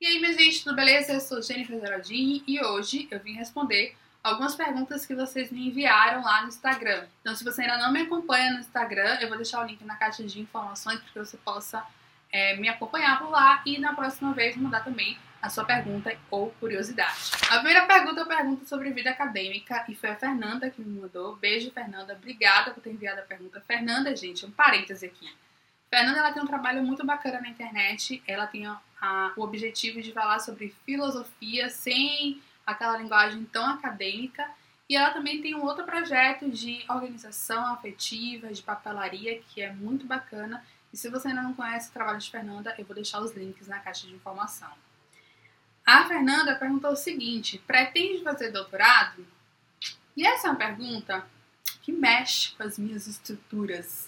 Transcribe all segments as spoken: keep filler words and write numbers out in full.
E aí, minha gente, tudo beleza? Eu sou Jennifer Geraldini e hoje eu vim responder algumas perguntas que vocês me enviaram lá no Instagram. Então, se você ainda não me acompanha no Instagram, eu vou deixar o link na caixa de informações para que você possa é, me acompanhar por lá e na próxima vez mandar também a sua pergunta ou curiosidade. A primeira pergunta eu pergunto sobre vida acadêmica e foi a Fernanda que me mandou. Beijo, Fernanda. Obrigada por ter enviado a pergunta. Fernanda, gente, um parêntese aqui. Fernanda, ela tem um trabalho muito bacana na internet. Ela tem a, a, o objetivo de falar sobre filosofia sem aquela linguagem tão acadêmica. E ela também tem um outro projeto de organização afetiva, de papelaria, que é muito bacana. E se você ainda não conhece o trabalho de Fernanda, eu vou deixar os links na caixa de informação. A Fernanda perguntou o seguinte: pretende fazer doutorado? E essa é uma pergunta que mexe com as minhas estruturas.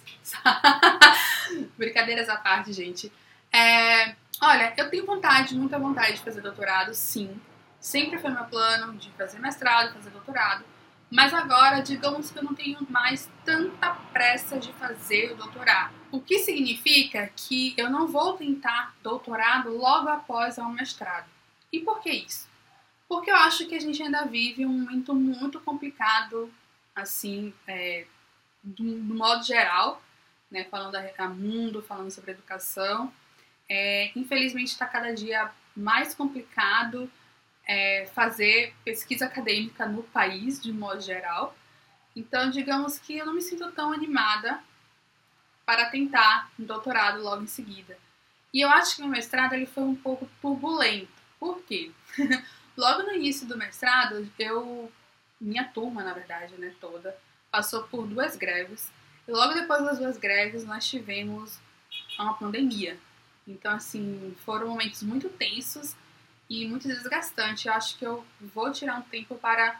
Brincadeiras à parte, gente. É, olha, eu tenho vontade, muita vontade de fazer doutorado, sim. Sempre foi meu plano de fazer mestrado, fazer doutorado. Mas agora, digamos que eu não tenho mais tanta pressa de fazer o doutorado. O que significa que eu não vou tentar doutorado logo após o mestrado. E por que isso? Porque eu acho que a gente ainda vive um momento muito complicado, assim, é, do, do modo geral, né, falando a, a mundo, falando sobre educação. É, infelizmente está cada dia mais complicado é, fazer pesquisa acadêmica no país, de modo geral. Então, digamos que eu não me sinto tão animada para tentar um doutorado logo em seguida. E eu acho que o meu mestrado ele foi um pouco turbulento. Por quê? Logo no início do mestrado, eu, minha turma, na verdade, né, toda, passou por duas greves. E logo depois das duas greves, nós tivemos uma pandemia. Então, assim, foram momentos muito tensos e muito desgastantes. Eu acho que eu vou tirar um tempo para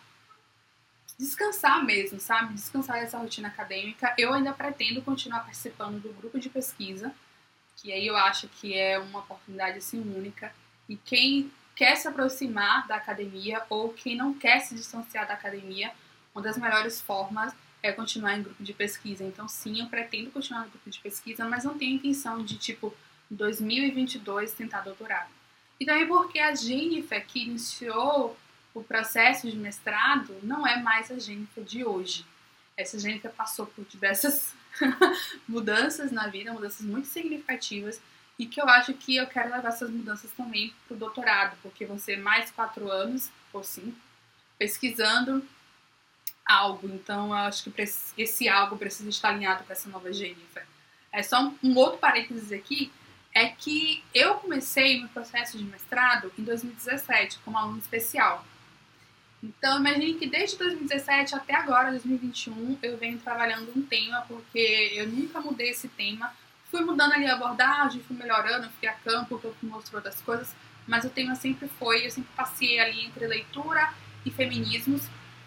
descansar mesmo, sabe? Descansar dessa rotina acadêmica. Eu ainda pretendo continuar participando do grupo de pesquisa, que aí eu acho que é uma oportunidade, assim, única. E quem quer se aproximar da academia ou quem não quer se distanciar da academia, uma das melhores formas é continuar em grupo de pesquisa. Então, sim, eu pretendo continuar no grupo de pesquisa, mas não tenho intenção de, tipo, em dois mil e vinte e dois tentar doutorado. E também porque a Jennifer, que iniciou o processo de mestrado, não é mais a Jennifer de hoje. Essa Jennifer passou por diversas mudanças na vida, mudanças muito significativas, e que eu acho que eu quero levar essas mudanças também para o doutorado, porque vão ser mais quatro anos, ou cinco, pesquisando algo. Então, eu acho que esse algo precisa estar alinhado com essa nova Jennifer. É só um, um outro parênteses aqui, é que eu comecei meu processo de mestrado em dois mil e dezessete, como aluno especial. Então, imagine que desde dois mil e dezessete até agora, dois mil e vinte e um, eu venho trabalhando um tema, porque eu nunca mudei esse tema. Fui mudando ali a abordagem, fui melhorando, fui a campo, que eu mostrou outras coisas, mas o tema sempre foi, eu sempre passei ali entre leitura e feminismos.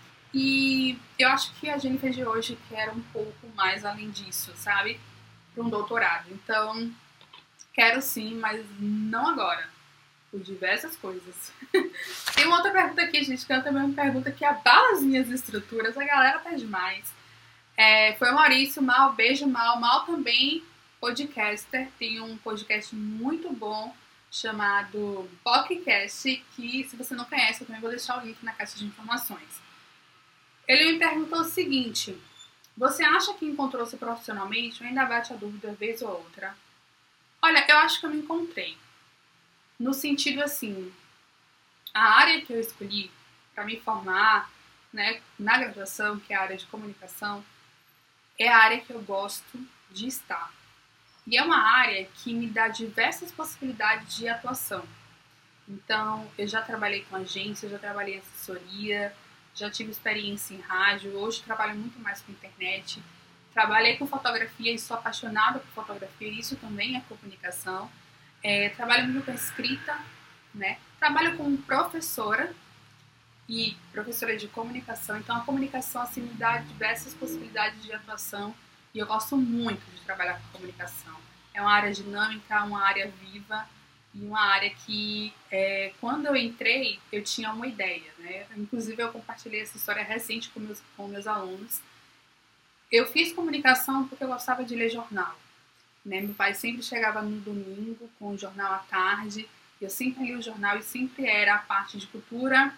E eu acho que a Jennifer de hoje quer um pouco mais além disso, sabe? Para um doutorado. Então, quero sim, mas não agora. Por diversas coisas. Tem uma outra pergunta aqui, gente, que é também uma pergunta que abala as minhas estruturas. A galera tá demais. É, foi o Maurício, Mal, beijo, Mal. Mal também, podcaster. Tem um podcast muito bom chamado Podcast, que se você não conhece, eu também vou deixar o link na caixa de informações. Ele me perguntou o seguinte: você acha que encontrou-se profissionalmente ou ainda bate a dúvida vez ou outra? Olha, eu acho que eu me encontrei. No sentido assim, a área que eu escolhi para me formar, né, na graduação, que é a área de comunicação, é a área que eu gosto de estar. E é uma área que me dá diversas possibilidades de atuação. Então, eu já trabalhei com agência, já trabalhei em assessoria, já tive experiência em rádio, hoje trabalho muito mais com internet. Trabalhei com fotografia e sou apaixonada por fotografia, isso também é comunicação. É, trabalho muito com escrita, né? Trabalho como professora e professora de comunicação. Então, a comunicação assim, me dá diversas possibilidades de atuação e eu gosto muito de trabalhar com comunicação. É uma área dinâmica, uma área viva e uma área que, é, quando eu entrei, eu tinha uma ideia, né? Inclusive, eu compartilhei essa história recente com meus, com meus alunos. Eu fiz comunicação porque eu gostava de ler jornal. Né? Meu pai sempre chegava no domingo com o jornal à tarde Eu sempre li o jornal e sempre era a parte de cultura,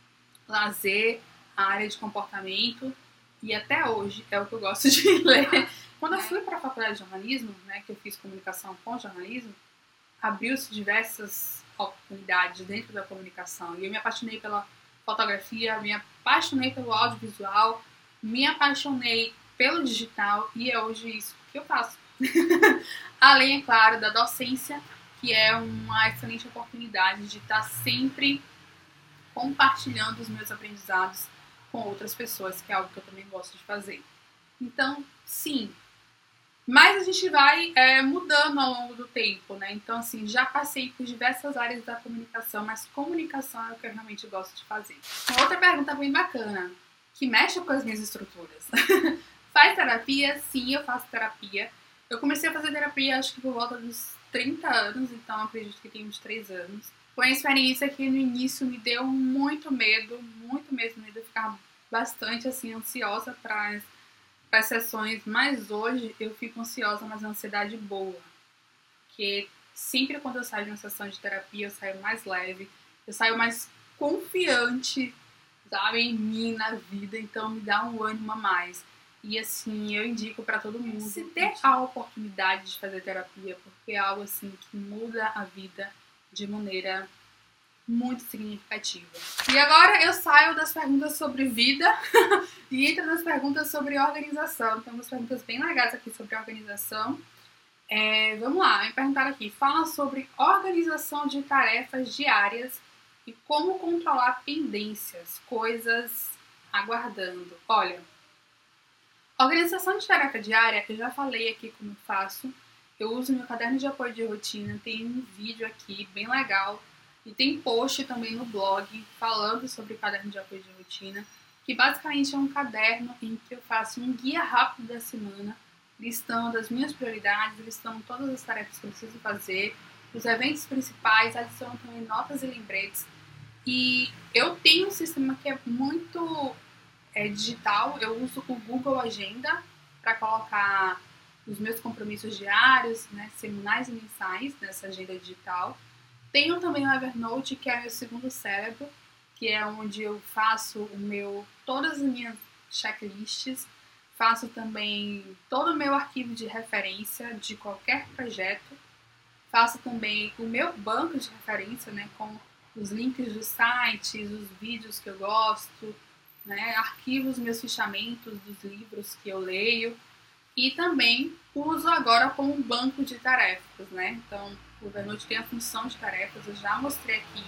lazer, a área de comportamento, e até hoje é o que eu gosto de ler. Quando eu fui para a faculdade de jornalismo, né, que eu fiz comunicação com jornalismo, abriu-se diversas oportunidades dentro da comunicação. E eu me apaixonei pela fotografia, me apaixonei pelo audiovisual, me apaixonei pelo digital e é hoje isso que eu faço. Além, é claro, da docência, que é uma excelente oportunidade de estar sempre compartilhando os meus aprendizados com outras pessoas, que é algo que eu também gosto de fazer. Então, sim. Mas a gente vai é, mudando ao longo do tempo, né? Então, assim, já passei por diversas áreas da comunicação, mas comunicação é o que eu realmente gosto de fazer. Outra pergunta bem bacana, que mexe com as minhas estruturas. Faz terapia? Sim, eu faço terapia. Eu comecei a fazer terapia, acho que por volta dos trinta anos, então acredito que tem uns três anos. Foi uma experiência que no início me deu muito medo, muito mesmo medo. Eu ficava bastante, assim, ansiosa para para as sessões, mas hoje eu fico ansiosa, mas é uma ansiedade boa. Porque sempre quando eu saio de uma sessão de terapia, eu saio mais leve, eu saio mais confiante, sabe, em mim, na vida, então me dá um ânimo a mais. E assim, eu indico para todo mundo se ter a oportunidade de fazer terapia, porque é algo assim que muda a vida de maneira muito significativa. E agora eu saio das perguntas sobre vida e entro nas perguntas sobre organização. Tem umas perguntas bem legais aqui sobre organização. É, vamos lá, me perguntaram aqui. Fala sobre organização de tarefas diárias e como controlar pendências, coisas aguardando. Olha, organização de tarefa diária, eu já falei aqui como eu faço. Eu uso meu caderno de apoio de rotina, tem um vídeo aqui bem legal. E tem post também no blog falando sobre o caderno de apoio de rotina, que basicamente é um caderno em que eu faço um guia rápido da semana, listando as minhas prioridades, listando todas as tarefas que eu preciso fazer, os eventos principais, adiciono também notas e lembretes. E eu tenho um sistema que é muito é, digital, eu uso o Google Agenda para colocar os meus compromissos diários, né, semanais e mensais nessa agenda digital. Tenho também o Evernote, que é meu segundo cérebro, que é onde eu faço o meu, todas as minhas checklists, faço também todo o meu arquivo de referência de qualquer projeto, faço também o meu banco de referência, né, com os links dos sites, os vídeos que eu gosto, né, arquivo os meus fichamentos dos livros que eu leio e também uso agora como um banco de tarefas, né, então o Evernote tem a função de tarefas, eu já mostrei aqui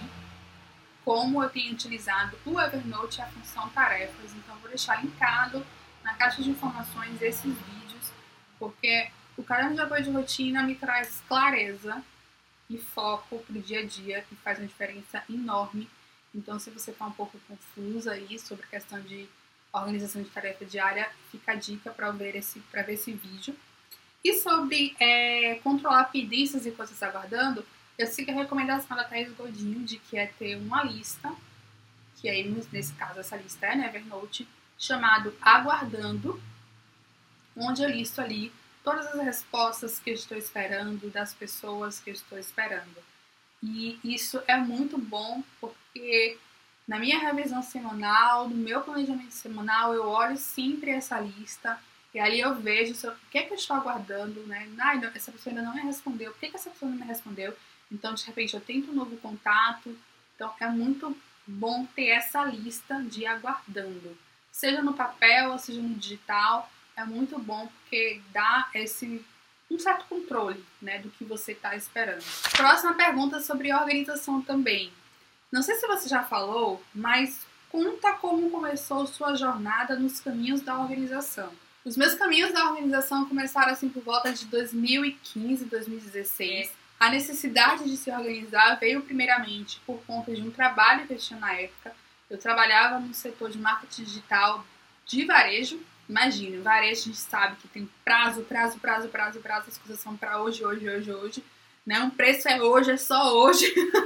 como eu tenho utilizado o Evernote e a função tarefas, então vou deixar linkado na caixa de informações esses vídeos, porque o caderno de apoio de rotina me traz clareza e foco para o dia a dia, que faz uma diferença enorme. Então, se você está um pouco confusa aí sobre a questão de organização de tarefa diária, fica a dica para ver esse, para ver esse vídeo. E sobre é, controlar pendências e coisas aguardando, eu sigo a recomendação da Thaís Godinho de que é ter uma lista, que aí nesse caso essa lista é no Evernote, chamado Aguardando, onde eu listo ali todas as respostas que eu estou esperando, das pessoas que eu estou esperando. E isso é muito bom porque na minha revisão semanal, no meu planejamento semanal, eu olho sempre essa lista e ali eu vejo sobre o que, é que eu estou aguardando, né? Ai, não, essa pessoa ainda não me respondeu, por que, que essa pessoa não me respondeu? Então, de repente, eu tento um novo contato. Então, é muito bom ter essa lista de aguardando. Seja no papel, ou seja no digital, é muito bom porque dá esse um certo controle, né, do que você está esperando. Próxima pergunta sobre organização também. Não sei se você já falou, mas conta como começou sua jornada nos caminhos da organização. Os meus caminhos da organização começaram assim por volta de dois mil e quinze, dois mil e dezesseis. A necessidade de se organizar veio primeiramente por conta de um trabalho que eu tinha na época. Eu trabalhava no setor de marketing digital de varejo. Imagina, varejo a gente sabe que tem prazo, prazo, prazo, prazo, prazo. As coisas são para hoje, hoje, hoje, hoje. Né? Um preço é hoje, é só hoje.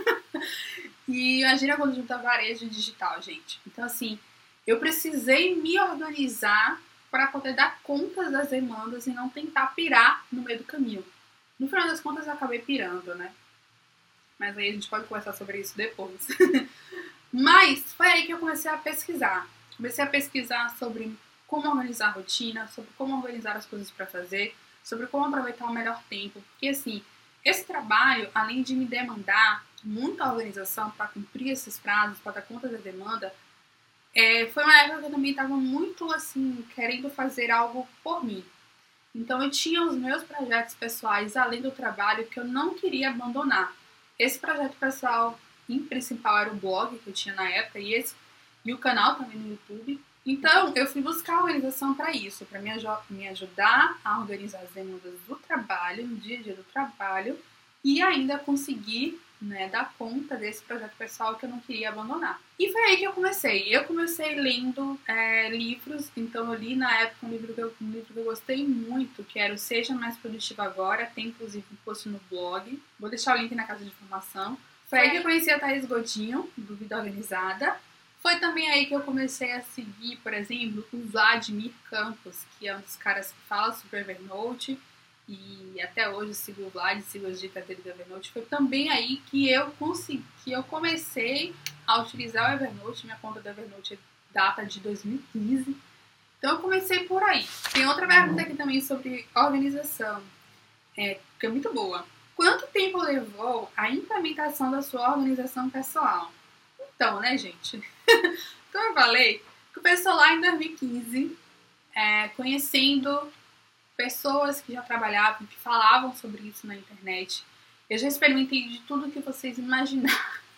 E imagina quando junta varejo e digital, gente. Então, assim, eu precisei me organizar para poder dar conta das demandas e não tentar pirar no meio do caminho. No final das contas, eu acabei pirando, né? mas aí a gente pode conversar sobre isso depois. Mas foi aí que eu comecei a pesquisar. Comecei a pesquisar sobre como organizar a rotina, sobre como organizar as coisas para fazer, sobre como aproveitar o melhor tempo. Porque, assim, esse trabalho, além de me demandar muita organização para cumprir esses prazos, para dar conta da demanda, é, foi uma época que eu também estava muito, assim, querendo fazer algo por mim. Então, eu tinha os meus projetos pessoais, além do trabalho, que eu não queria abandonar. Esse projeto pessoal, em principal, era o blog que eu tinha na época, e, esse, e o canal também no YouTube. Então, eu fui buscar organização para isso, para me, me ajudar a organizar as demandas do trabalho, no dia a dia do trabalho, e ainda conseguir, né, dar conta desse projeto pessoal que eu não queria abandonar. E foi aí que eu comecei. Eu comecei lendo é, livros, então eu li na época um livro, que eu, um livro que eu gostei muito, que era o Seja Mais Produtiva Agora, tem inclusive um post no blog, vou deixar o link na caixa de informação. Foi aí que eu conheci a Thaís Godinho, do Vida Organizada. Foi também aí que eu comecei a seguir, por exemplo, o Vladimir Campos, que é um dos caras que fala sobre Evernote, e até hoje eu sigo o Vlad, sigo as dicas dele do Evernote. Foi também aí que eu consegui, que eu comecei a utilizar o Evernote. Minha conta do Evernote data de dois mil e quinze. Então eu comecei por aí. Tem outra pergunta aqui também sobre organização, é, que é muito boa. Quanto tempo levou a implementação da sua organização pessoal? Então, né, gente? Como eu falei, começou lá em dois mil e quinze, é, conhecendo pessoas que já trabalhavam, que falavam sobre isso na internet. Eu já experimentei de tudo que vocês imaginaram.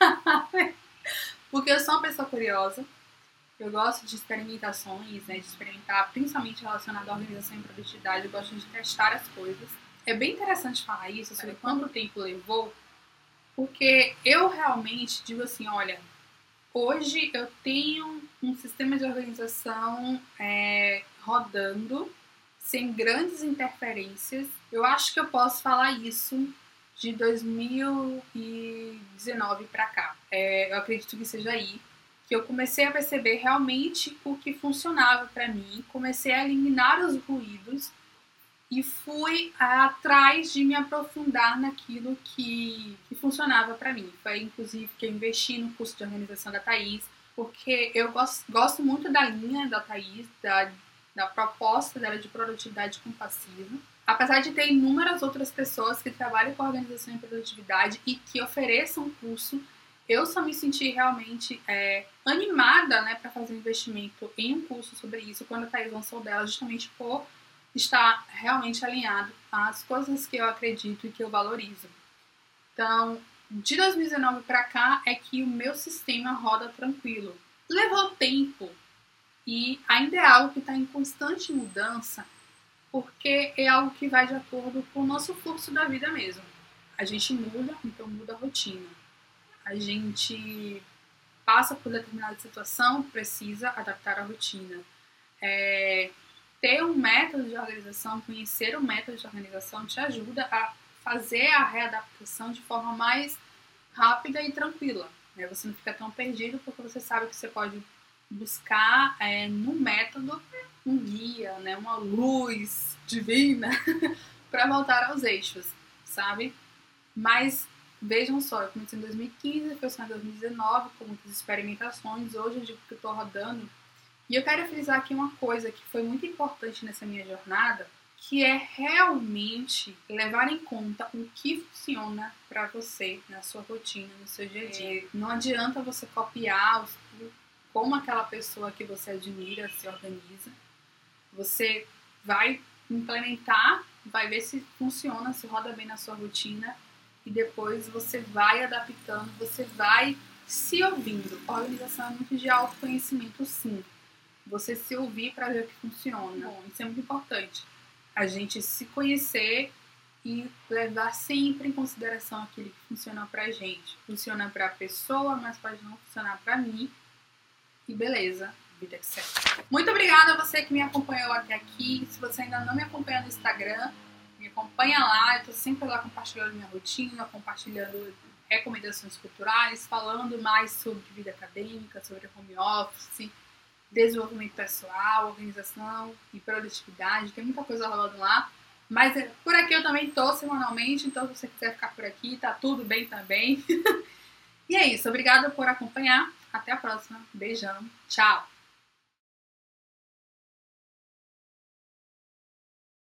Porque eu sou uma pessoa curiosa. Eu gosto de experimentações, né, de experimentar, principalmente relacionado à organização e produtividade. Eu gosto de testar as coisas. É bem interessante falar isso, sobre quanto tempo levou, porque eu realmente digo assim, olha, hoje eu tenho um sistema de organização é, rodando, sem grandes interferências. Eu acho que eu posso falar isso de dois mil e dezenove para cá. É, eu acredito que seja aí que eu comecei a perceber realmente o que funcionava para mim, comecei a eliminar os ruídos e fui atrás de me aprofundar naquilo que, que funcionava para mim. Foi inclusive que eu investi no curso de organização da Thaís, porque eu gosto, gosto muito da linha da Thaís, da da proposta dela de produtividade compassiva. Apesar de ter inúmeras outras pessoas que trabalham com organização e produtividade e que ofereçam curso, eu só me senti realmente é, animada, né, para fazer um investimento em um curso sobre isso quando a Thaís lançou dela, justamente por estar realmente alinhado às coisas que eu acredito e que eu valorizo. Então, de dois mil e dezenove para cá é que o meu sistema roda tranquilo. Levou tempo. E ainda é algo que está em constante mudança, porque é algo que vai de acordo com o nosso fluxo da vida mesmo. A gente muda, então muda a rotina. A gente passa por determinada situação, precisa adaptar a rotina. É, ter um método de organização, conhecer o método de organização te ajuda a fazer a readaptação de forma mais rápida e tranquila. Né? Você não fica tão perdido porque você sabe que você pode buscar é, no método um guia, né, uma luz divina para voltar aos eixos, sabe? Mas vejam só, eu comecei em dois mil e quinze, foi só em dois mil e dezenove, com muitas experimentações. Hoje eu digo que eu estou rodando. E eu quero frisar aqui uma coisa que foi muito importante nessa minha jornada, que é realmente levar em conta o que funciona para você na sua rotina, no seu dia a dia. É. Não adianta você copiar os como aquela pessoa que você admira se organiza. Você vai implementar, vai ver se funciona, se roda bem na sua rotina e depois você vai adaptando, você vai se ouvindo. A organização é muito de autoconhecimento, sim. Você se ouvir para ver o que funciona. Bom, isso é muito importante. A gente se conhecer e levar sempre em consideração aquilo que funciona pra gente. Funciona pra pessoa, mas pode não funcionar pra mim. E beleza, vida que segue. Muito obrigada a você que me acompanhou até aqui. Se você ainda não me acompanha no Instagram, me acompanha lá. Eu tô sempre lá compartilhando minha rotina, compartilhando recomendações culturais, falando mais sobre vida acadêmica, sobre home office, desenvolvimento pessoal, organização e produtividade. Tem muita coisa rolando lá. Mas por aqui eu também tô semanalmente, então se você quiser ficar por aqui, tá tudo bem também. E é isso, obrigada por acompanhar. Até a próxima. Beijão. Tchau.